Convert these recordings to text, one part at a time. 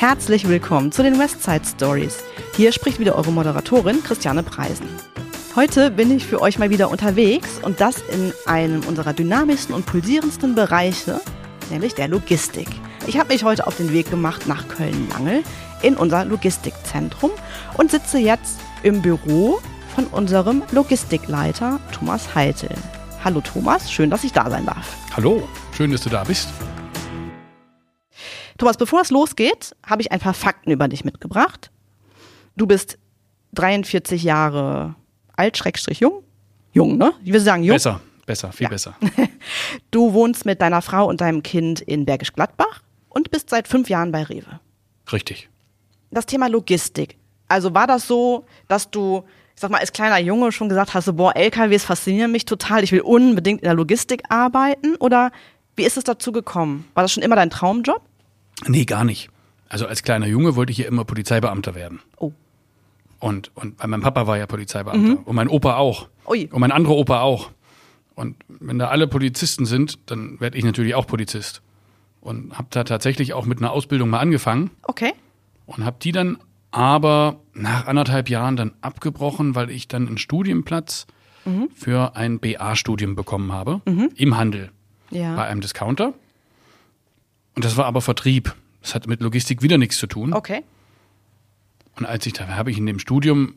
Herzlich willkommen zu den Westside Stories. Hier spricht wieder eure Moderatorin Christiane Preisen. Heute bin ich für euch mal wieder unterwegs und das in einem unserer dynamischsten und pulsierendsten Bereiche, nämlich der Logistik. Ich habe mich heute auf den Weg gemacht nach Köln-Lange in unser Logistikzentrum und sitze jetzt im Büro von unserem Logistikleiter Thomas Heitel. Hallo Thomas, schön, dass ich da sein darf. Hallo, schön, dass du da bist. Thomas, bevor es losgeht, habe ich ein paar Fakten über dich mitgebracht. Du bist 43 Jahre alt, / jung. Jung, ne? Ich würde sagen jung. Viel besser. Du wohnst mit deiner Frau und deinem Kind in Bergisch Gladbach und bist seit 5 Jahren bei Rewe. Richtig. Das Thema Logistik. Also war das so, dass du, ich sag mal, als kleiner Junge schon gesagt hast, so, boah, LKWs faszinieren mich total, ich will unbedingt in der Logistik arbeiten? Oder wie ist es dazu gekommen? War das schon immer dein Traumjob? Nee, gar nicht. Also als kleiner Junge wollte ich ja immer Polizeibeamter werden. Oh. Und weil mein Papa war ja Polizeibeamter. Und mein Opa auch. Ui. Und mein anderer Opa auch. Und wenn da alle Polizisten sind, dann werde ich natürlich auch Polizist. Und habe da tatsächlich auch mit einer Ausbildung mal angefangen. Okay. Und habe die dann aber nach 1,5 Jahren dann abgebrochen, weil ich dann einen Studienplatz für ein BA-Studium bekommen habe. Im Handel. Ja. Bei einem Discounter. Und das war aber Vertrieb. Das hat mit Logistik wieder nichts zu tun. Okay. Und habe ich in dem Studium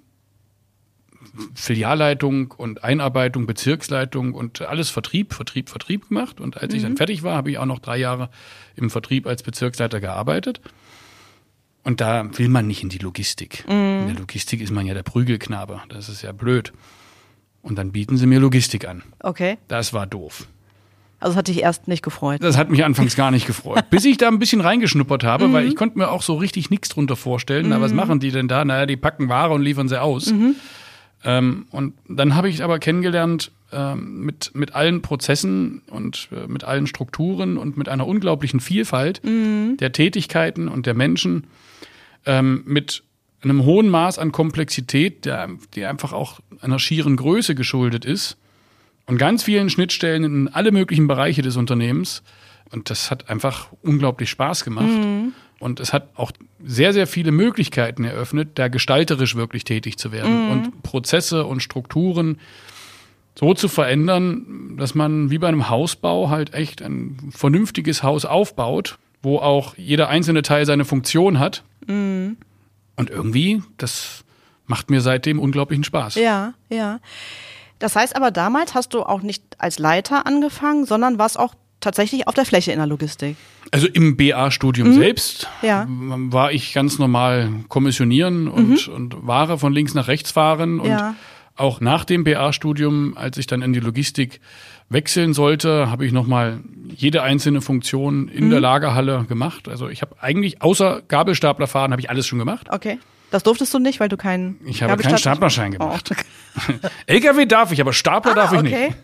Filialleitung und Einarbeitung, Bezirksleitung und alles Vertrieb gemacht. Und als ich dann fertig war, habe ich auch noch 3 Jahre im Vertrieb als Bezirksleiter gearbeitet. Und da will man nicht in die Logistik. In der Logistik ist man ja der Prügelknabe. Das ist ja blöd. Und dann bieten sie mir Logistik an. Okay. Das war doof. Also das hat dich erst nicht gefreut? Das hat mich anfangs gar nicht gefreut. Bis ich da ein bisschen reingeschnuppert habe, weil ich konnte mir auch so richtig nichts drunter vorstellen. Na, was machen die denn da? Naja, die packen Ware und liefern sie aus. Und dann habe ich aber kennengelernt, mit allen Prozessen und mit allen Strukturen und mit einer unglaublichen Vielfalt der Tätigkeiten und der Menschen, mit einem hohen Maß an Komplexität, die einfach auch einer schieren Größe geschuldet ist. Und ganz vielen Schnittstellen in alle möglichen Bereiche des Unternehmens. Und das hat einfach unglaublich Spaß gemacht. Und es hat auch sehr, sehr viele Möglichkeiten eröffnet, da gestalterisch wirklich tätig zu werden. Und Prozesse und Strukturen so zu verändern, dass man wie bei einem Hausbau halt echt ein vernünftiges Haus aufbaut, wo auch jeder einzelne Teil seine Funktion hat. Und irgendwie, das macht mir seitdem unglaublichen Spaß. Ja, ja. Das heißt aber, damals hast du auch nicht als Leiter angefangen, sondern warst auch tatsächlich auf der Fläche in der Logistik. Also im BA-Studium selbst war ich ganz normal kommissionieren und Ware von links nach rechts fahren. Und auch nach dem BA-Studium, als ich dann in die Logistik wechseln sollte, habe ich nochmal jede einzelne Funktion in der Lagerhalle gemacht. Also ich habe eigentlich, außer Gabelstapler fahren, habe ich alles schon gemacht. Okay. Das durftest du nicht, weil du keinen Ich habe keinen Staplerschein gemacht. Oh. LKW darf ich, aber Stapler darf ich nicht.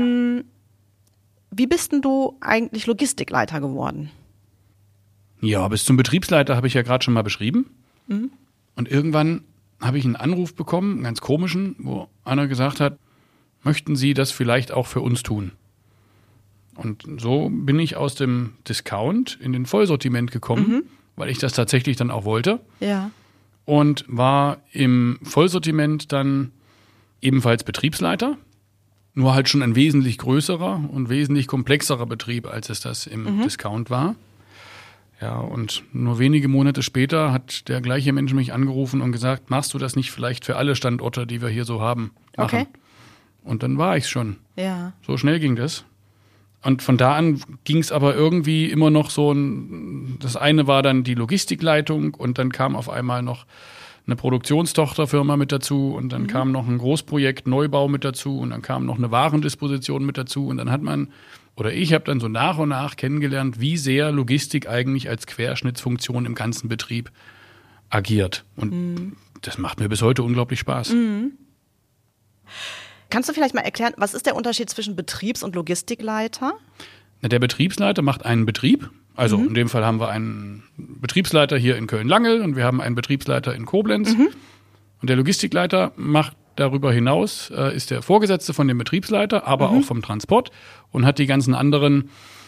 Wie bist denn du eigentlich Logistikleiter geworden? Ja, bis zum Betriebsleiter habe ich ja gerade schon mal beschrieben. Und irgendwann habe ich einen Anruf bekommen, einen ganz komischen, wo einer gesagt hat, möchten Sie das vielleicht auch für uns tun? Und so bin ich aus dem Discount in den Vollsortiment gekommen, weil ich das tatsächlich dann auch wollte. Ja. Und war im Vollsortiment dann ebenfalls Betriebsleiter, nur halt schon ein wesentlich größerer und wesentlich komplexerer Betrieb, als es das im Discount war. Ja, und nur wenige Monate später hat der gleiche Mensch mich angerufen und gesagt, machst du das nicht vielleicht für alle Standorte, die wir hier so haben, machen? Okay. Und dann war ich's schon. Ja. So schnell ging das. Und von da an ging es aber irgendwie immer noch so das eine war dann die Logistikleitung und dann kam auf einmal noch eine Produktionstochterfirma mit dazu und dann kam noch ein Großprojekt Neubau mit dazu und dann kam noch eine Warendisposition mit dazu und dann ich habe dann so nach und nach kennengelernt, wie sehr Logistik eigentlich als Querschnittsfunktion im ganzen Betrieb agiert. Und das macht mir bis heute unglaublich Spaß. Kannst du vielleicht mal erklären, was ist der Unterschied zwischen Betriebs- und Logistikleiter? Der Betriebsleiter macht einen Betrieb. Also in dem Fall haben wir einen Betriebsleiter hier in Köln-Lange und wir haben einen Betriebsleiter in Koblenz. Und der Logistikleiter macht darüber hinaus, ist der Vorgesetzte von dem Betriebsleiter, aber auch vom Transport und hat die ganzen anderen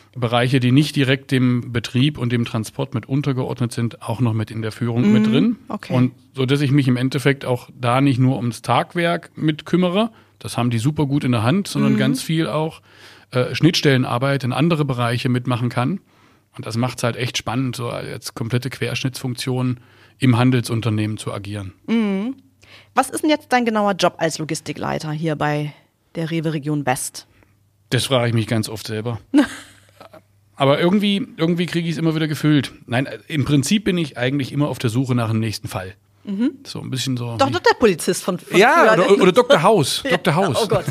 Bereiche, die nicht direkt dem Betrieb und dem Transport mit untergeordnet sind, auch noch mit in der Führung mit drin. Okay. Und so, dass ich mich im Endeffekt auch da nicht nur ums Tagwerk mit kümmere, das haben die super gut in der Hand, sondern ganz viel auch Schnittstellenarbeit in andere Bereiche mitmachen kann. Und das macht es halt echt spannend, so als komplette Querschnittsfunktion im Handelsunternehmen zu agieren. Was ist denn jetzt dein genauer Job als Logistikleiter hier bei der Rewe Region West? Das frage ich mich ganz oft selber. Aber irgendwie kriege ich es immer wieder gefüllt. Nein, im Prinzip bin ich eigentlich immer auf der Suche nach dem nächsten Fall. So ein bisschen so. Doch der Polizist von ja, früher. oder Dr. House. Ja, Dr. House. oh Gott.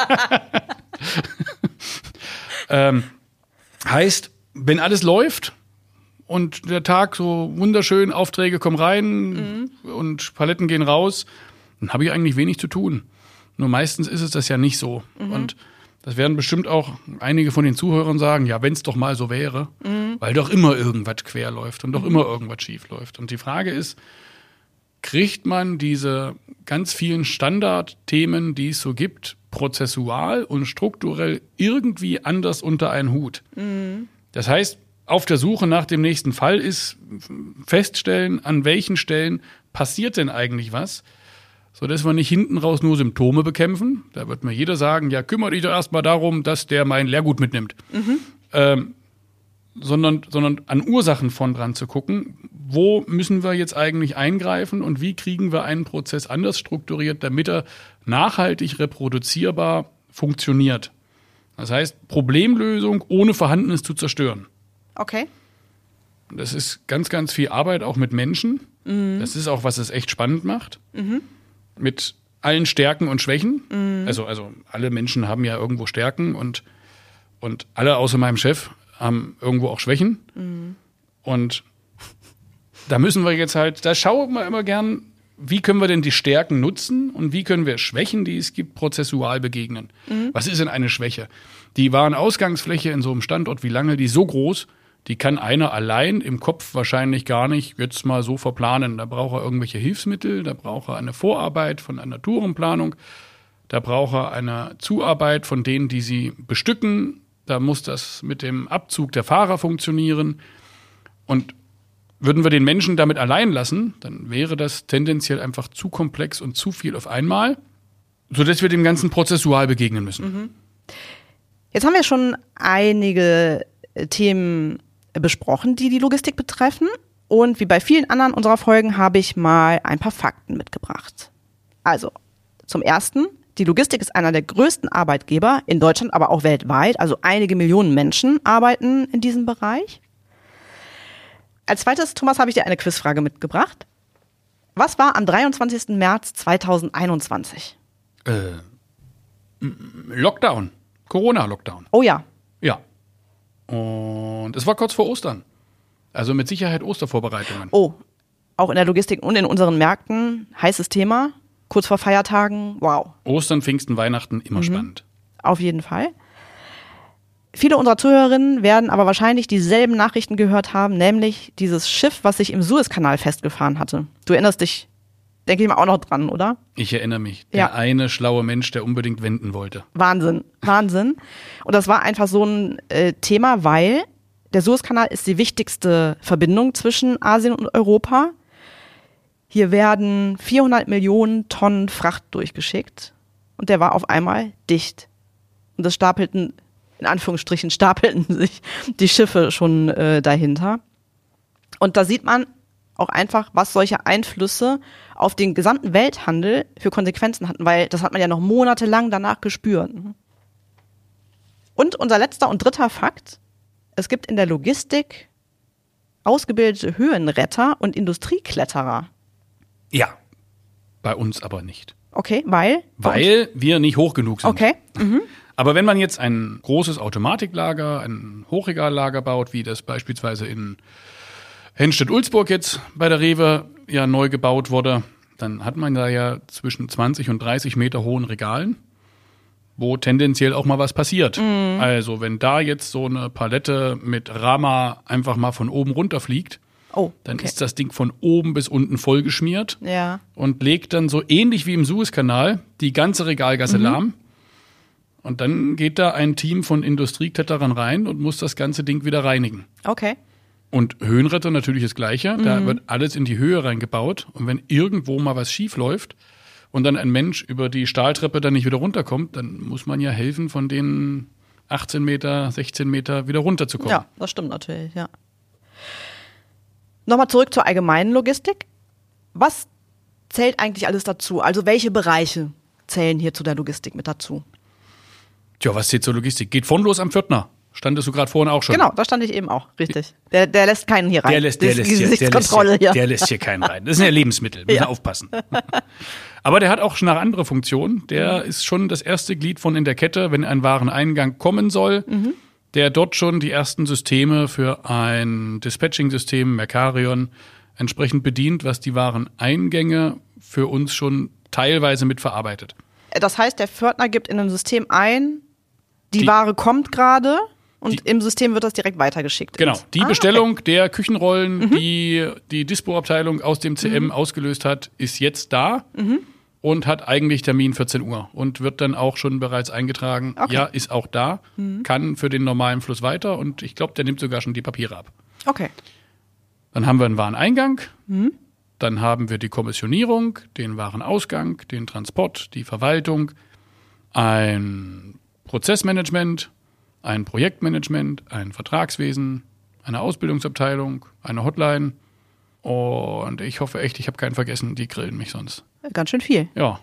Heißt, wenn alles läuft und der Tag so wunderschön, Aufträge kommen rein und Paletten gehen raus, dann habe ich eigentlich wenig zu tun. Nur meistens ist es das ja nicht so. Und das werden bestimmt auch einige von den Zuhörern sagen, ja, wenn es doch mal so wäre, weil doch immer irgendwas quer läuft und doch immer irgendwas schief läuft. Und die Frage ist, kriegt man diese ganz vielen Standardthemen, die es so gibt, prozessual und strukturell irgendwie anders unter einen Hut? Das heißt, auf der Suche nach dem nächsten Fall ist feststellen, an welchen Stellen passiert denn eigentlich was, sodass wir nicht hinten raus nur Symptome bekämpfen. Da wird mir jeder sagen, ja, kümmere dich doch erstmal darum, dass der mein Leergut mitnimmt. Sondern an Ursachen von dran zu gucken, wo müssen wir jetzt eigentlich eingreifen und wie kriegen wir einen Prozess anders strukturiert, damit er nachhaltig reproduzierbar funktioniert. Das heißt, Problemlösung ohne Vorhandenes zu zerstören. Okay. Das ist ganz, ganz viel Arbeit auch mit Menschen. Das ist auch, was es echt spannend macht. Mit allen Stärken und Schwächen. Also alle Menschen haben ja irgendwo Stärken und alle außer meinem Chef haben irgendwo auch Schwächen. Und da müssen wir jetzt halt, da schauen wir immer gern, wie können wir denn die Stärken nutzen und wie können wir Schwächen, die es gibt, prozessual begegnen. Was ist denn eine Schwäche? Die Warenausgangsfläche in so einem Standort wie Lange, die ist so groß, die kann einer allein im Kopf wahrscheinlich gar nicht jetzt mal so verplanen. Da braucht er irgendwelche Hilfsmittel, da braucht er eine Vorarbeit von einer Tourenplanung, da braucht er eine Zuarbeit von denen, die sie bestücken, da muss das mit dem Abzug der Fahrer funktionieren. Und würden wir den Menschen damit allein lassen, dann wäre das tendenziell einfach zu komplex und zu viel auf einmal, sodass wir dem Ganzen prozessual begegnen müssen. Jetzt haben wir schon einige Themen besprochen, die die Logistik betreffen. Und wie bei vielen anderen unserer Folgen habe ich mal ein paar Fakten mitgebracht. Also, zum Ersten, die Logistik ist einer der größten Arbeitgeber in Deutschland, aber auch weltweit. Also einige Millionen Menschen arbeiten in diesem Bereich. Als zweites, Thomas, habe ich dir eine Quizfrage mitgebracht. Was war am 23. März 2021? Lockdown. Corona-Lockdown. Oh ja. Ja. Und es war kurz vor Ostern. Also mit Sicherheit Ostervorbereitungen. Oh, auch in der Logistik und in unseren Märkten heißes Thema. Kurz vor Feiertagen, wow. Ostern, Pfingsten, Weihnachten, immer spannend. Auf jeden Fall. Viele unserer Zuhörerinnen werden aber wahrscheinlich dieselben Nachrichten gehört haben, nämlich dieses Schiff, was sich im Suezkanal festgefahren hatte. Du erinnerst dich, denke ich mal, auch noch dran, oder? Ich erinnere mich. Der eine schlaue Mensch, der unbedingt wenden wollte. Wahnsinn. Und das war einfach so ein Thema, weil der Suezkanal ist die wichtigste Verbindung zwischen Asien und Europa. Hier werden 400 Millionen Tonnen Fracht durchgeschickt und der war auf einmal dicht. Und es stapelten sich die Schiffe schon dahinter. Und da sieht man auch einfach, was solche Einflüsse auf den gesamten Welthandel für Konsequenzen hatten, weil das hat man ja noch monatelang danach gespürt. Und unser letzter und dritter Fakt, es gibt in der Logistik ausgebildete Höhenretter und Industriekletterer. Ja, bei uns aber nicht. Okay, weil? Weil wir nicht hoch genug sind. Okay. Aber wenn man jetzt ein großes Automatiklager, ein Hochregallager baut, wie das beispielsweise in Henstedt-Ulzburg jetzt bei der Rewe ja neu gebaut wurde, dann hat man da ja zwischen 20 und 30 Meter hohen Regalen, wo tendenziell auch mal was passiert. Also wenn da jetzt so eine Palette mit Rama einfach mal von oben runter fliegt, dann ist das Ding von oben bis unten vollgeschmiert und legt dann so ähnlich wie im Suezkanal die ganze Regalgasse lahm. Und dann geht da ein Team von Industriekletterern rein und muss das ganze Ding wieder reinigen. Okay. Und Höhenretter natürlich das Gleiche. Da wird alles in die Höhe reingebaut. Und wenn irgendwo mal was schief läuft und dann ein Mensch über die Stahltreppe dann nicht wieder runterkommt, dann muss man ja helfen, von den 18 Meter, 16 Meter wieder runterzukommen. Ja, das stimmt natürlich, ja. Nochmal zurück zur allgemeinen Logistik. Was zählt eigentlich alles dazu? Also welche Bereiche zählen hier zu der Logistik mit dazu? Tja, was zählt zur Logistik? Geht von los am Pförtner. Standest du gerade vorhin auch schon? Genau, da stand ich eben auch, richtig. Der lässt keinen hier rein. Der lässt hier keinen rein. Das sind ja Lebensmittel, müssen wir aufpassen. Aber der hat auch schon eine andere Funktion. Der ist schon das erste Glied von in der Kette, wenn ein Wareneingang kommen soll, der dort schon die ersten Systeme für ein Dispatching-System, Mercarion, entsprechend bedient, was die Wareneingänge für uns schon teilweise mitverarbeitet. Das heißt, der Pförtner gibt in einem System ein, die Ware kommt gerade und im System wird das direkt weitergeschickt. Genau, die Bestellung der Küchenrollen, die die Dispo-Abteilung aus dem CM ausgelöst hat, ist jetzt da und hat eigentlich Termin 14 Uhr und wird dann auch schon bereits eingetragen. Okay. Ja, ist auch da, kann für den normalen Fluss weiter und ich glaube, der nimmt sogar schon die Papiere ab. Okay. Dann haben wir einen Wareneingang, dann haben wir die Kommissionierung, den Warenausgang, den Transport, die Verwaltung, ein Prozessmanagement, ein Projektmanagement, ein Vertragswesen, eine Ausbildungsabteilung, eine Hotline und ich hoffe echt, ich habe keinen vergessen, die grillen mich sonst. Ganz schön viel. Ja.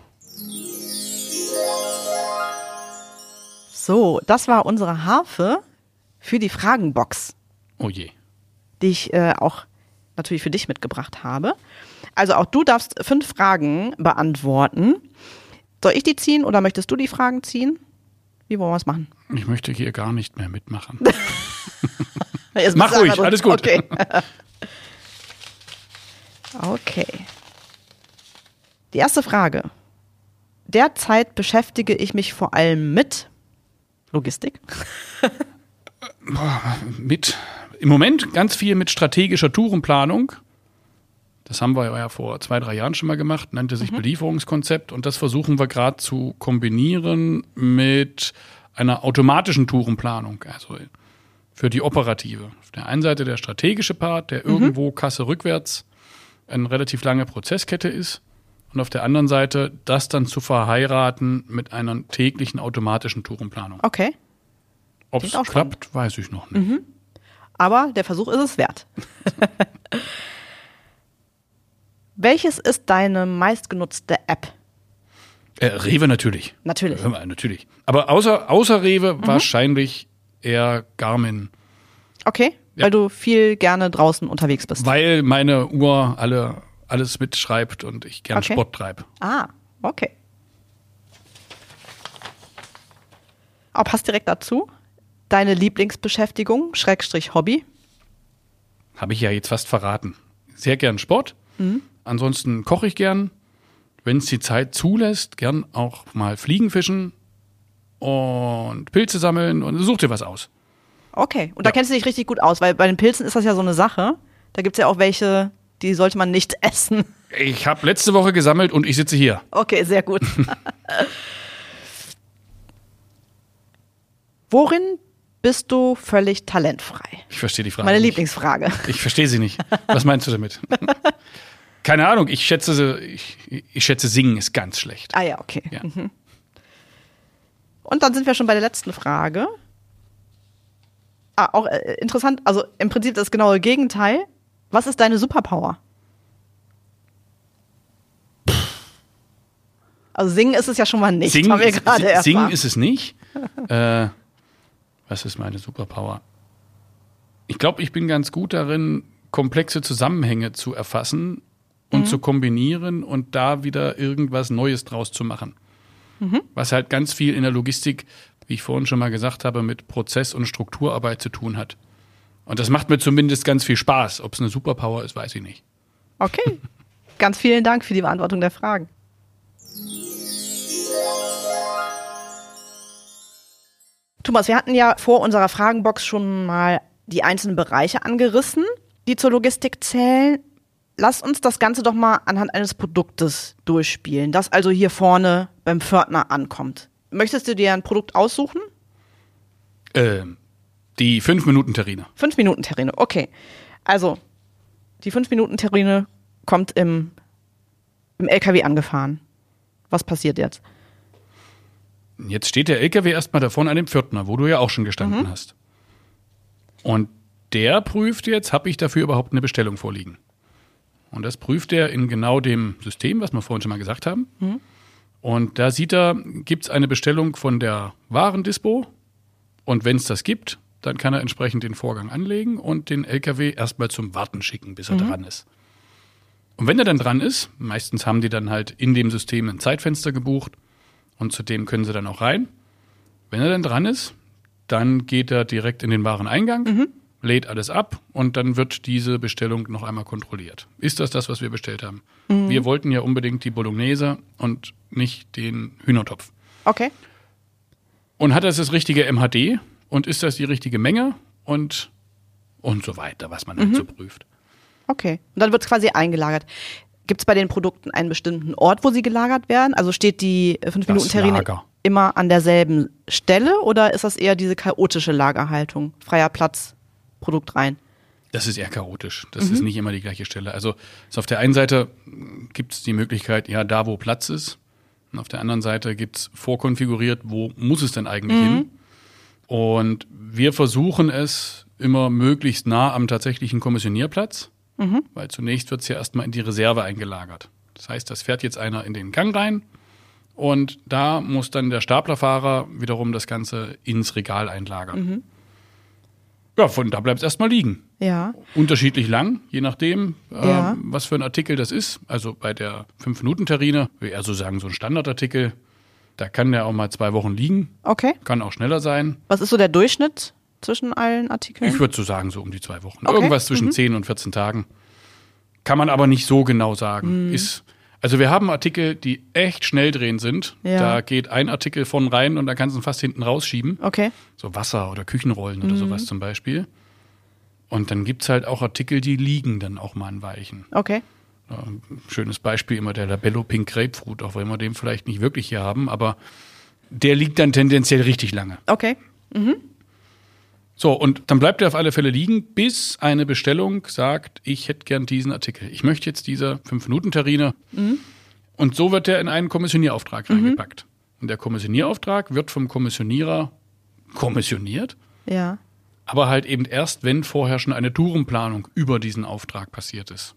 So, das war unsere Harfe für die Fragenbox. Oh je. Die ich auch natürlich für dich mitgebracht habe. Also auch du darfst 5 Fragen beantworten. Soll ich die ziehen oder möchtest du die Fragen ziehen? Wie wollen wir es machen? Ich möchte hier gar nicht mehr mitmachen. Mach ruhig, alles gut. Okay. Okay. Die erste Frage. Derzeit beschäftige ich mich vor allem mit Logistik. Im Moment ganz viel mit strategischer Tourenplanung. Das haben wir ja vor 2-3 Jahren schon mal gemacht, nannte sich Belieferungskonzept. Und das versuchen wir gerade zu kombinieren mit einer automatischen Tourenplanung, also für die operative. Auf der einen Seite der strategische Part, der irgendwo Kasse rückwärts eine relativ lange Prozesskette ist. Und auf der anderen Seite das dann zu verheiraten mit einer täglichen automatischen Tourenplanung. Okay. Ob es klappt, weiß ich noch nicht. Aber der Versuch ist es wert. Welches ist deine meistgenutzte App? Rewe natürlich. Natürlich. Natürlich. Aber außer Rewe wahrscheinlich eher Garmin. Okay, ja. Weil du viel gerne draußen unterwegs bist. Weil meine Uhr alles mitschreibt und ich gern Sport treibe. Ah, okay. Auch passt direkt dazu. Deine Lieblingsbeschäftigung, / Hobby? Habe ich ja jetzt fast verraten. Sehr gern Sport. Ansonsten koche ich gern. Wenn es die Zeit zulässt, gern auch mal Fliegen fischen und Pilze sammeln und such dir was aus. Okay, und da kennst du dich richtig gut aus, weil bei den Pilzen ist das ja so eine Sache. Da gibt es ja auch welche, die sollte man nicht essen. Ich habe letzte Woche gesammelt und ich sitze hier. Okay, sehr gut. Worin bist du völlig talentfrei? Ich verstehe die Frage Meine nicht. Lieblingsfrage. Ich verstehe sie nicht. Was meinst du damit? Keine Ahnung, ich schätze, Singen ist ganz schlecht. Ah ja, okay. Ja. Und dann sind wir schon bei der letzten Frage. Auch interessant, also im Prinzip das genaue Gegenteil. Was ist deine Superpower? Also singen ist es ja schon mal nicht. Singen ist es nicht. Was ist meine Superpower? Ich glaube, ich bin ganz gut darin, komplexe Zusammenhänge zu erfassen und zu kombinieren und da wieder irgendwas Neues draus zu machen. Was halt ganz viel in der Logistik, wie ich vorhin schon mal gesagt habe, mit Prozess- und Strukturarbeit zu tun hat. Und das macht mir zumindest ganz viel Spaß. Ob es eine Superpower ist, weiß ich nicht. Okay. Ganz vielen Dank für die Beantwortung der Fragen. Thomas, wir hatten ja vor unserer Fragenbox schon mal die einzelnen Bereiche angerissen, die zur Logistik zählen. Lass uns das Ganze doch mal anhand eines Produktes durchspielen, das also hier vorne beim Pförtner ankommt. möchtest du dir ein Produkt aussuchen? Die 5-Minuten-Terrine. 5-Minuten-Terrine, okay. Also, die 5-Minuten-Terrine kommt im LKW angefahren. Was passiert jetzt? Jetzt steht der LKW erstmal da vorne an dem Pförtner, wo du ja auch schon gestanden hast. Und der prüft jetzt, habe ich dafür überhaupt eine Bestellung vorliegen? Und das prüft er in genau dem System, was wir vorhin schon mal gesagt haben. Und da sieht er, gibt es eine Bestellung von der Warendispo? Und wenn es das gibt, dann kann er entsprechend den Vorgang anlegen und den LKW erstmal zum Warten schicken, bis er dran ist. Und wenn er dann dran ist, meistens haben die dann halt in dem System ein Zeitfenster gebucht und zu dem können sie dann auch rein. Wenn er dann dran ist, dann geht er direkt in den Wareneingang, lädt alles ab und dann wird diese Bestellung noch einmal kontrolliert. Ist das, was wir bestellt haben? Wir wollten ja unbedingt die Bolognese und nicht den Hühnertopf. Okay. Und hat das richtige MHD und ist das die richtige Menge und so weiter, was man halt so prüft. Okay. Und dann wird es quasi eingelagert. Gibt es bei den Produkten einen bestimmten Ort, wo sie gelagert werden? Also steht die 5-Minuten-Terrine immer an derselben Stelle oder ist das eher diese chaotische Lagerhaltung? Freier Platz, Produkt rein? Das ist eher chaotisch. Das ist nicht immer die gleiche Stelle. Also ist auf der einen Seite gibt es die Möglichkeit, ja, da wo Platz ist. Und auf der anderen Seite gibt es vorkonfiguriert, wo muss es denn eigentlich hin? Und wir versuchen es immer möglichst nah am tatsächlichen Kommissionierplatz, weil zunächst wird es ja erstmal in die Reserve eingelagert. Das heißt, das fährt jetzt einer in den Gang rein und da muss dann der Staplerfahrer wiederum das Ganze ins Regal einlagern. Ja, von da bleibt es erstmal liegen. Ja. Unterschiedlich lang, je nachdem, was für ein Artikel das ist. Also bei der 5-Minuten-Terrine, wie eher so sagen, so ein Standardartikel, da kann der auch mal 2 Wochen liegen. Okay. Kann auch schneller sein. Was ist so der Durchschnitt zwischen allen Artikeln? Ich würde so sagen, so um die 2 Wochen. Okay. Irgendwas zwischen 10 und 14 Tagen. Kann man aber nicht so genau sagen. Also wir haben Artikel, die echt schnell drehen sind. Ja. Da geht ein Artikel von rein und da kannst du ihn fast hinten rausschieben. Okay. So Wasser oder Küchenrollen oder sowas zum Beispiel. Und dann gibt es halt auch Artikel, die liegen dann auch mal an Weichen. Okay. Schönes Beispiel immer der Labello Pink Grapefruit, auch wenn wir den vielleicht nicht wirklich hier haben, aber der liegt dann tendenziell richtig lange. Okay. So, und dann bleibt er auf alle Fälle liegen, bis eine Bestellung sagt, ich hätte gern diesen Artikel. Ich möchte jetzt diese 5-Minuten-Terrine. Und so wird der in einen Kommissionierauftrag reingepackt. Und der Kommissionierauftrag wird vom Kommissionierer kommissioniert. Ja. Aber halt eben erst, wenn vorher schon eine Tourenplanung über diesen Auftrag passiert ist.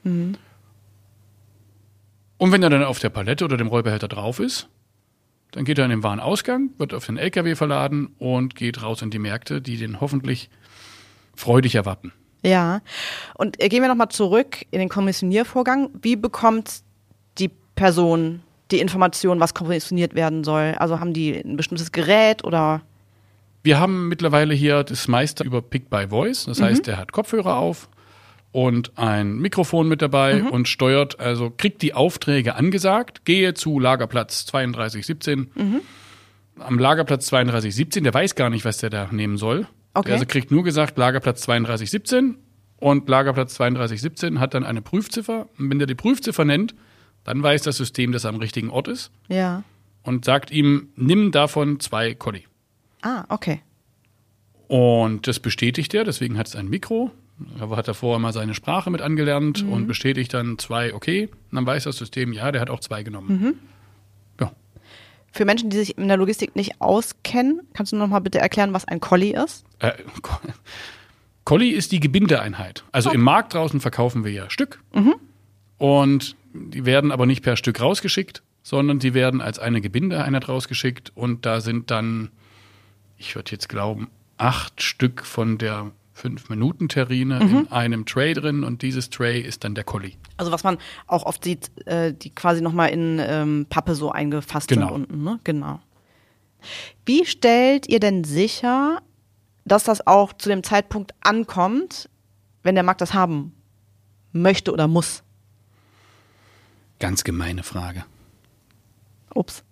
Und wenn er dann auf der Palette oder dem Rollbehälter drauf ist, dann geht er in den Warenausgang, wird auf den LKW verladen und geht raus in die Märkte, die den hoffentlich freudig erwarten. Ja. Und gehen wir nochmal zurück in den Kommissioniervorgang. Wie bekommt die Person die Information, was kommissioniert werden soll? Also haben die ein bestimmtes Gerät oder? Wir haben mittlerweile hier das meiste über Pick by Voice. Das heißt, der hat Kopfhörer auf und ein Mikrofon mit dabei und steuert, also kriegt die Aufträge angesagt. Gehe zu Lagerplatz 3217. Am Lagerplatz 3217, der weiß gar nicht, was der da nehmen soll. Okay. Der also kriegt nur gesagt Lagerplatz 3217 und Lagerplatz 3217 hat dann eine Prüfziffer. Und wenn der die Prüfziffer nennt, dann weiß das System, dass er am richtigen Ort ist. Ja. Und sagt ihm, nimm davon 2 Colli. Ah, okay. Und das bestätigt er, deswegen hat es ein Mikro. Aber hat er vorher mal seine Sprache mit angelernt und bestätigt dann 2, okay. Und dann weiß das System, ja, der hat auch 2 genommen. Ja. Für Menschen, die sich in der Logistik nicht auskennen, kannst du noch mal bitte erklären, was ein Colli ist? Colli ist die Gebindeeinheit. Also im Markt draußen verkaufen wir ja Stück. Und die werden aber nicht per Stück rausgeschickt, sondern die werden als eine Gebindeeinheit rausgeschickt. Und da sind dann, ich würde jetzt glauben, 8 Stück von der 5-Minuten-Terrine in einem Tray drin und dieses Tray ist dann der Colli. Also was man auch oft sieht, die quasi nochmal in Pappe so eingefasst sind unten, ne? Genau. Wie stellt ihr denn sicher, dass das auch zu dem Zeitpunkt ankommt, wenn der Markt das haben möchte oder muss? Ganz gemeine Frage. Ups.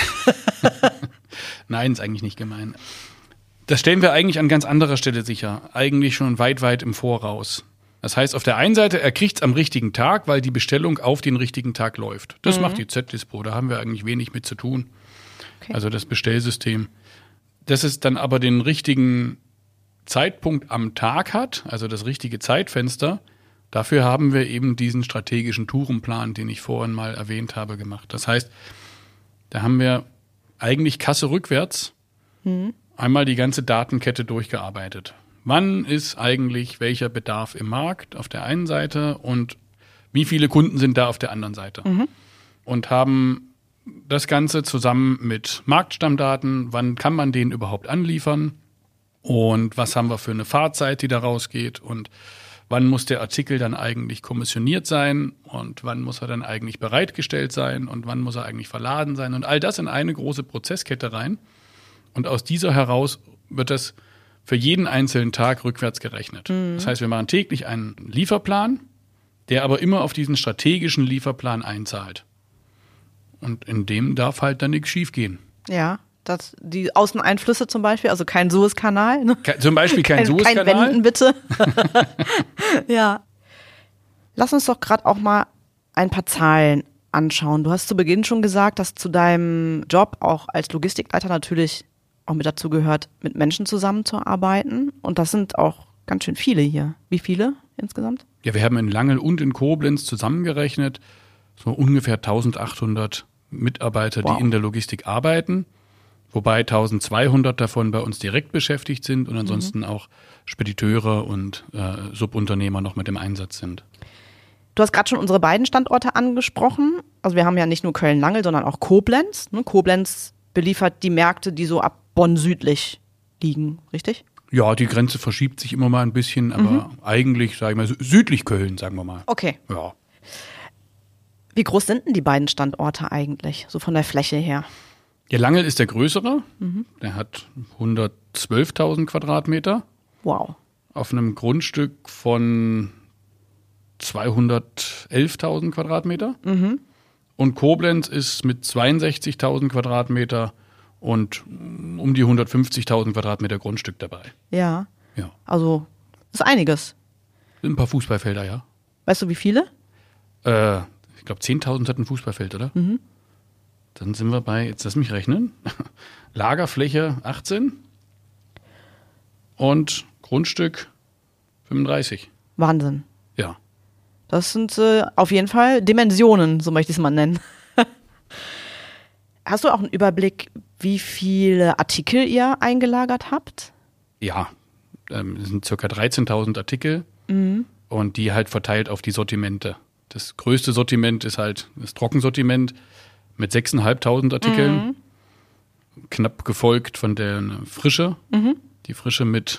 Nein, ist eigentlich nicht gemein. Das stellen wir eigentlich an ganz anderer Stelle sicher. Eigentlich schon weit, weit im Voraus. Das heißt, auf der einen Seite, er kriegt es am richtigen Tag, weil die Bestellung auf den richtigen Tag läuft. Das macht die Z-Dispo, da haben wir eigentlich wenig mit zu tun. Okay. Also das Bestellsystem. Dass es dann aber den richtigen Zeitpunkt am Tag hat, also das richtige Zeitfenster, dafür haben wir eben diesen strategischen Tourenplan, den ich vorhin mal erwähnt habe, gemacht. Das heißt, da haben wir eigentlich Kasse rückwärts einmal die ganze Datenkette durchgearbeitet. Wann ist eigentlich welcher Bedarf im Markt auf der einen Seite und wie viele Kunden sind da auf der anderen Seite? Und haben das Ganze zusammen mit Marktstammdaten, wann kann man den überhaupt anliefern und was haben wir für eine Fahrzeit, die da rausgeht und wann muss der Artikel dann eigentlich kommissioniert sein und wann muss er dann eigentlich bereitgestellt sein und wann muss er eigentlich verladen sein und all das in eine große Prozesskette rein. Und aus dieser heraus wird das für jeden einzelnen Tag rückwärts gerechnet. Das heißt, wir machen täglich einen Lieferplan, der aber immer auf diesen strategischen Lieferplan einzahlt. Und in dem darf halt dann nichts schiefgehen. Ja, die Außeneinflüsse zum Beispiel, also kein Suezkanal. Ne? Zum Beispiel kein Suezkanal. Kein Wenden, bitte. Ja. Lass uns doch gerade auch mal ein paar Zahlen anschauen. Du hast zu Beginn schon gesagt, dass zu deinem Job auch als Logistikleiter natürlich auch mit dazu gehört, mit Menschen zusammenzuarbeiten. Und das sind auch ganz schön viele hier. Wie viele insgesamt? Ja, wir haben in Langel und in Koblenz zusammengerechnet so ungefähr 1800 Mitarbeiter, die in der Logistik arbeiten. Wobei 1200 davon bei uns direkt beschäftigt sind und ansonsten auch Spediteure und Subunternehmer noch mit im Einsatz sind. Du hast gerade schon unsere beiden Standorte angesprochen. Also wir haben ja nicht nur Köln-Langel, sondern auch Koblenz. Koblenz beliefert die Märkte, die so ab Bonn südlich liegen, richtig? Ja, die Grenze verschiebt sich immer mal ein bisschen, aber eigentlich, sage ich mal, südlich Köln, sagen wir mal. Okay. Ja. Wie groß sind denn die beiden Standorte eigentlich, so von der Fläche her? Ja, Langel ist der größere. Der hat 112.000 Quadratmeter. Wow. Auf einem Grundstück von 211.000 Quadratmeter. Und Koblenz ist mit 62.000 Quadratmeter und um die 150.000 Quadratmeter Grundstück dabei. Ja. Ja. Also, das ist einiges. Sind ein paar Fußballfelder, ja. Weißt du, wie viele? Ich glaube, 10.000 hat ein Fußballfeld, oder? Dann sind wir bei, jetzt lass mich rechnen, Lagerfläche 18 und Grundstück 35. Wahnsinn. Ja. Das sind auf jeden Fall Dimensionen, so möchte ich es mal nennen. Hast du auch einen Überblick, wie viele Artikel ihr eingelagert habt? Ja, es sind ca. 13.000 Artikel und die halt verteilt auf die Sortimente. Das größte Sortiment ist halt das Trockensortiment mit 6.500 Artikeln, knapp gefolgt von der Frische. Die Frische mit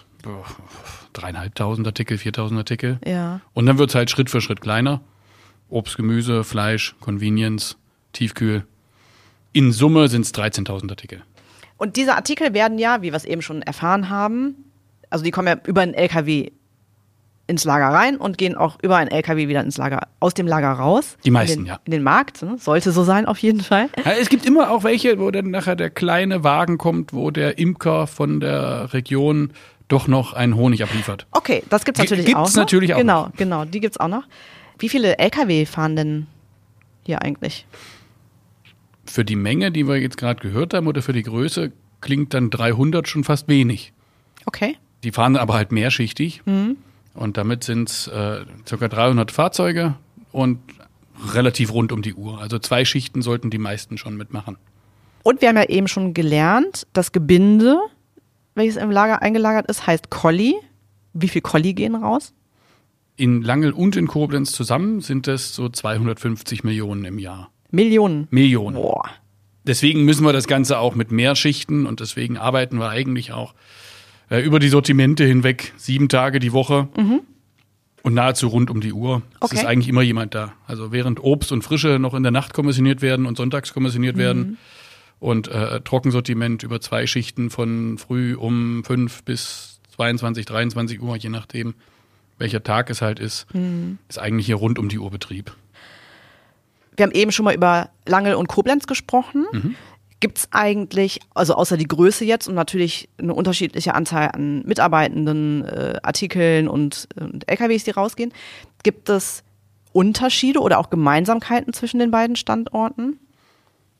3.500 Artikel, 4.000 Artikel. Ja. Und dann wird es halt Schritt für Schritt kleiner. Obst, Gemüse, Fleisch, Convenience, Tiefkühl. In Summe sind es 13.000 Artikel. Und diese Artikel werden ja, wie wir es eben schon erfahren haben, also die kommen ja über einen LKW ins Lager rein und gehen auch über einen LKW wieder ins Lager, aus dem Lager raus. Die meisten, in den Markt, ne? Sollte so sein auf jeden Fall. Ja, es gibt immer auch welche, wo dann nachher der kleine Wagen kommt, wo der Imker von der Region doch noch einen Honig abliefert. Okay, das gibt's natürlich auch noch. Gibt's natürlich auch noch. Genau, die gibt's auch noch. Wie viele LKW fahren denn hier eigentlich? Für die Menge, die wir jetzt gerade gehört haben, oder für die Größe, klingt dann 300 schon fast wenig. Okay. Die fahren aber halt mehrschichtig. Und damit sind es ca. 300 Fahrzeuge und relativ rund um die Uhr. Also 2 Schichten sollten die meisten schon mitmachen. Und wir haben ja eben schon gelernt, das Gebinde, welches im Lager eingelagert ist, heißt Kolli. Wie viel Kolli gehen raus? In Langel und in Koblenz zusammen sind es so 250 Millionen im Jahr. Millionen? Millionen. Boah. Deswegen müssen wir das Ganze auch mit mehr Schichten und deswegen arbeiten wir eigentlich auch über die Sortimente hinweg 7 Tage die Woche und nahezu rund um die Uhr. Es ist eigentlich immer jemand da. Also während Obst und Frische noch in der Nacht kommissioniert werden und sonntags kommissioniert werden und Trockensortiment über 2 Schichten von früh um 5 bis 22, 23 Uhr, je nachdem welcher Tag es halt ist, ist eigentlich hier rund um die Uhr Betrieb. Wir haben eben schon mal über Langel und Koblenz gesprochen. Gibt es eigentlich, also außer die Größe jetzt und natürlich eine unterschiedliche Anzahl an Mitarbeitenden, Artikeln und LKWs, die rausgehen, gibt es Unterschiede oder auch Gemeinsamkeiten zwischen den beiden Standorten?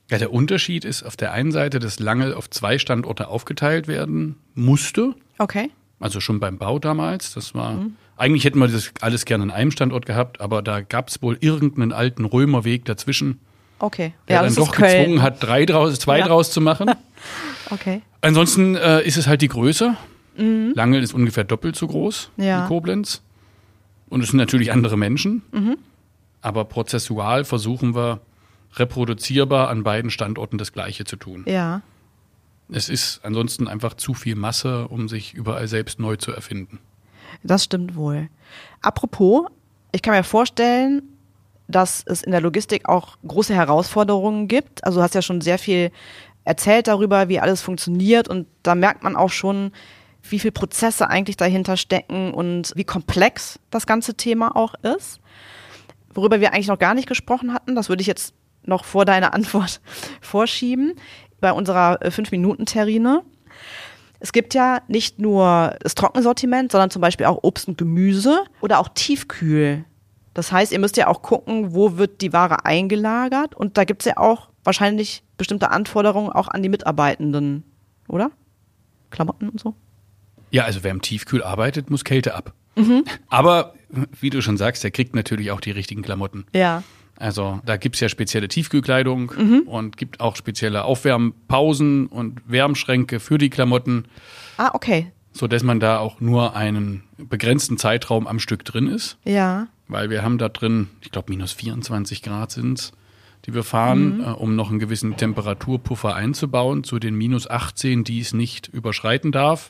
Ja, der Unterschied ist auf der einen Seite, dass Langel auf 2 Standorte aufgeteilt werden musste. Okay. Also schon beim Bau damals. Das war, eigentlich hätten wir das alles gerne an einem Standort gehabt, aber da gab es wohl irgendeinen alten Römerweg dazwischen, Okay. der dann doch gezwungen hat, 2 draus zu machen. Okay. Ansonsten ist es halt die Größe. Langel ist ungefähr doppelt so groß wie Koblenz. Und es sind natürlich andere Menschen. Aber prozessual versuchen wir, reproduzierbar an beiden Standorten das Gleiche zu tun. Ja. Es ist ansonsten einfach zu viel Masse, um sich überall selbst neu zu erfinden. Das stimmt wohl. Apropos, ich kann mir vorstellen, dass es in der Logistik auch große Herausforderungen gibt. Also du hast ja schon sehr viel erzählt darüber, wie alles funktioniert, und da merkt man auch schon, wie viele Prozesse eigentlich dahinter stecken und wie komplex das ganze Thema auch ist. Worüber wir eigentlich noch gar nicht gesprochen hatten, das würde ich jetzt noch vor deiner Antwort vorschieben, bei unserer 5-Minuten-Terrine. Es gibt ja nicht nur das Trockensortiment, sondern zum Beispiel auch Obst und Gemüse oder auch Tiefkühl. Das heißt, ihr müsst ja auch gucken, wo wird die Ware eingelagert, und da gibt es ja auch wahrscheinlich bestimmte Anforderungen auch an die Mitarbeitenden, oder? Klamotten und so? Ja, also wer im Tiefkühl arbeitet, muss Kälte ab. Aber wie du schon sagst, der kriegt natürlich auch die richtigen Klamotten. Ja. Also da gibt's ja spezielle Tiefkühlkleidung und gibt auch spezielle Aufwärmpausen und Wärmschränke für die Klamotten. Ah, okay. Sodass man da auch nur einen begrenzten Zeitraum am Stück drin ist. Ja. Weil wir haben da drin, ich glaube minus 24 Grad sind's, die wir fahren, um noch einen gewissen Temperaturpuffer einzubauen zu den minus 18, die es nicht überschreiten darf.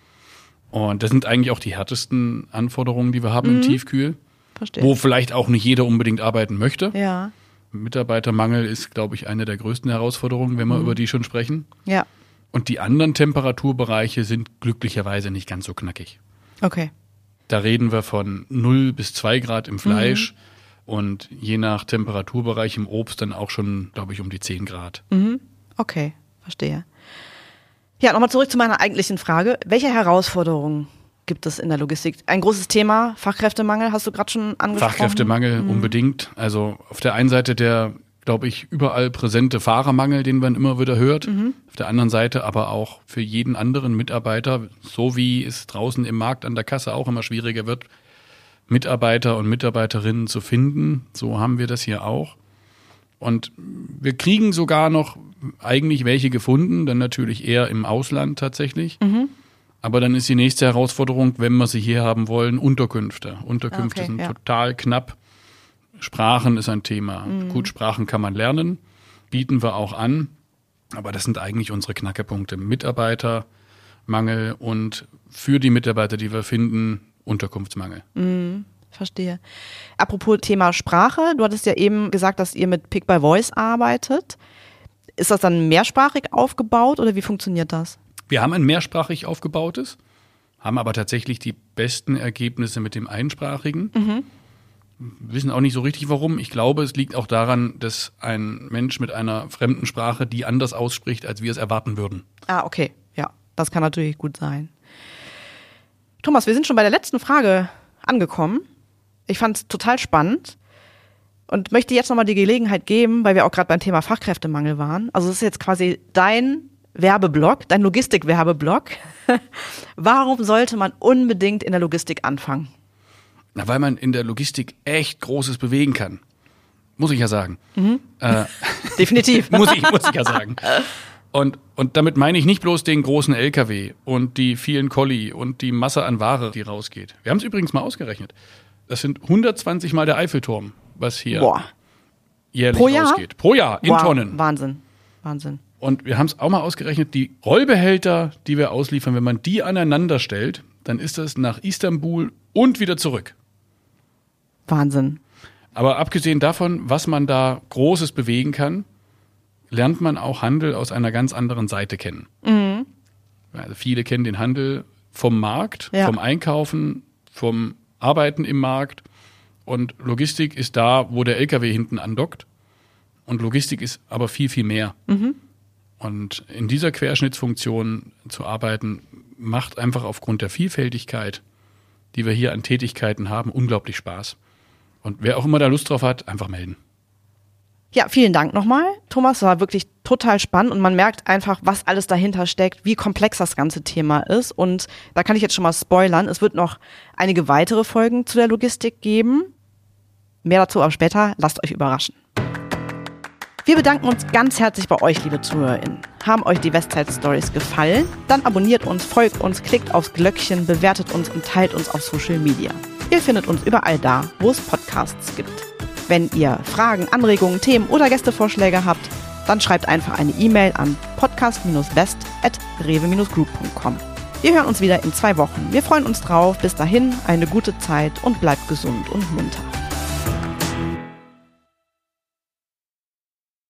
Und das sind eigentlich auch die härtesten Anforderungen, die wir haben im Tiefkühl. Verstehe. Wo vielleicht auch nicht jeder unbedingt arbeiten möchte. Ja. Mitarbeitermangel ist, glaube ich, eine der größten Herausforderungen, wenn wir über die schon sprechen. Ja. Und die anderen Temperaturbereiche sind glücklicherweise nicht ganz so knackig. Okay. Da reden wir von 0 bis 2 Grad im Fleisch und je nach Temperaturbereich im Obst dann auch schon, glaube ich, um die 10 Grad. Okay, verstehe. Ja, nochmal zurück zu meiner eigentlichen Frage. Welche Herausforderungen gibt es in der Logistik? Ein großes Thema, Fachkräftemangel, hast du gerade schon angesprochen. Fachkräftemangel unbedingt. Also auf der einen Seite der, glaube ich, überall präsente Fahrermangel, den man immer wieder hört. Auf der anderen Seite aber auch für jeden anderen Mitarbeiter, so wie es draußen im Markt an der Kasse auch immer schwieriger wird, Mitarbeiter und Mitarbeiterinnen zu finden. So haben wir das hier auch. Und wir kriegen sogar noch eigentlich welche gefunden, dann natürlich eher im Ausland tatsächlich. Aber dann ist die nächste Herausforderung, wenn wir sie hier haben wollen, Unterkünfte. Unterkünfte sind total knapp. Sprachen ist ein Thema. Gut, Sprachen kann man lernen, bieten wir auch an. Aber das sind eigentlich unsere Knackepunkte. Mitarbeitermangel und für die Mitarbeiter, die wir finden, Unterkunftsmangel. Verstehe. Apropos Thema Sprache, du hattest ja eben gesagt, dass ihr mit Pick by Voice arbeitet. Ist das dann mehrsprachig aufgebaut oder wie funktioniert das? Wir haben ein mehrsprachig aufgebautes, haben aber tatsächlich die besten Ergebnisse mit dem einsprachigen. Wir wissen auch nicht so richtig, warum. Ich glaube, es liegt auch daran, dass ein Mensch mit einer fremden Sprache die anders ausspricht, als wir es erwarten würden. Ah, okay. Ja, das kann natürlich gut sein. Thomas, wir sind schon bei der letzten Frage angekommen. Ich fand es total spannend und möchte jetzt nochmal die Gelegenheit geben, weil wir auch gerade beim Thema Fachkräftemangel waren. Also es ist jetzt quasi dein Werbeblock, dein Logistik-Werbeblock. Warum sollte man unbedingt in der Logistik anfangen? Na, weil man in der Logistik echt Großes bewegen kann. Muss ich ja sagen. Definitiv. muss ich ja sagen. Und damit meine ich nicht bloß den großen LKW und die vielen Kolli und die Masse an Ware, die rausgeht. Wir haben es übrigens mal ausgerechnet. Das sind 120 Mal der Eiffelturm, was hier jährlich rausgeht. Pro Jahr, in Tonnen. Wahnsinn. Und wir haben es auch mal ausgerechnet, die Rollbehälter, die wir ausliefern, wenn man die aneinander stellt, dann ist das nach Istanbul und wieder zurück. Wahnsinn. Aber abgesehen davon, was man da Großes bewegen kann, lernt man auch Handel aus einer ganz anderen Seite kennen. Also viele kennen den Handel vom Markt, vom Einkaufen, vom Arbeiten im Markt. Und Logistik ist da, wo der LKW hinten andockt. Und Logistik ist aber viel, viel mehr. Und in dieser Querschnittsfunktion zu arbeiten, macht einfach aufgrund der Vielfältigkeit, die wir hier an Tätigkeiten haben, unglaublich Spaß. Und wer auch immer da Lust drauf hat, einfach melden. Ja, vielen Dank nochmal. Thomas, war wirklich total spannend und man merkt einfach, was alles dahinter steckt, wie komplex das ganze Thema ist. Und da kann ich jetzt schon mal spoilern, es wird noch einige weitere Folgen zu der Logistik geben. Mehr dazu aber später, lasst euch überraschen. Wir bedanken uns ganz herzlich bei euch, liebe ZuhörerInnen. Haben euch die Westside Stories gefallen? Dann abonniert uns, folgt uns, klickt aufs Glöckchen, bewertet uns und teilt uns auf Social Media. Ihr findet uns überall da, wo es Podcasts gibt. Wenn ihr Fragen, Anregungen, Themen oder Gästevorschläge habt, dann schreibt einfach eine E-Mail an podcast-west@rewe-group.com. Wir hören uns wieder in 2 Wochen. Wir freuen uns drauf. Bis dahin, eine gute Zeit und bleibt gesund und munter.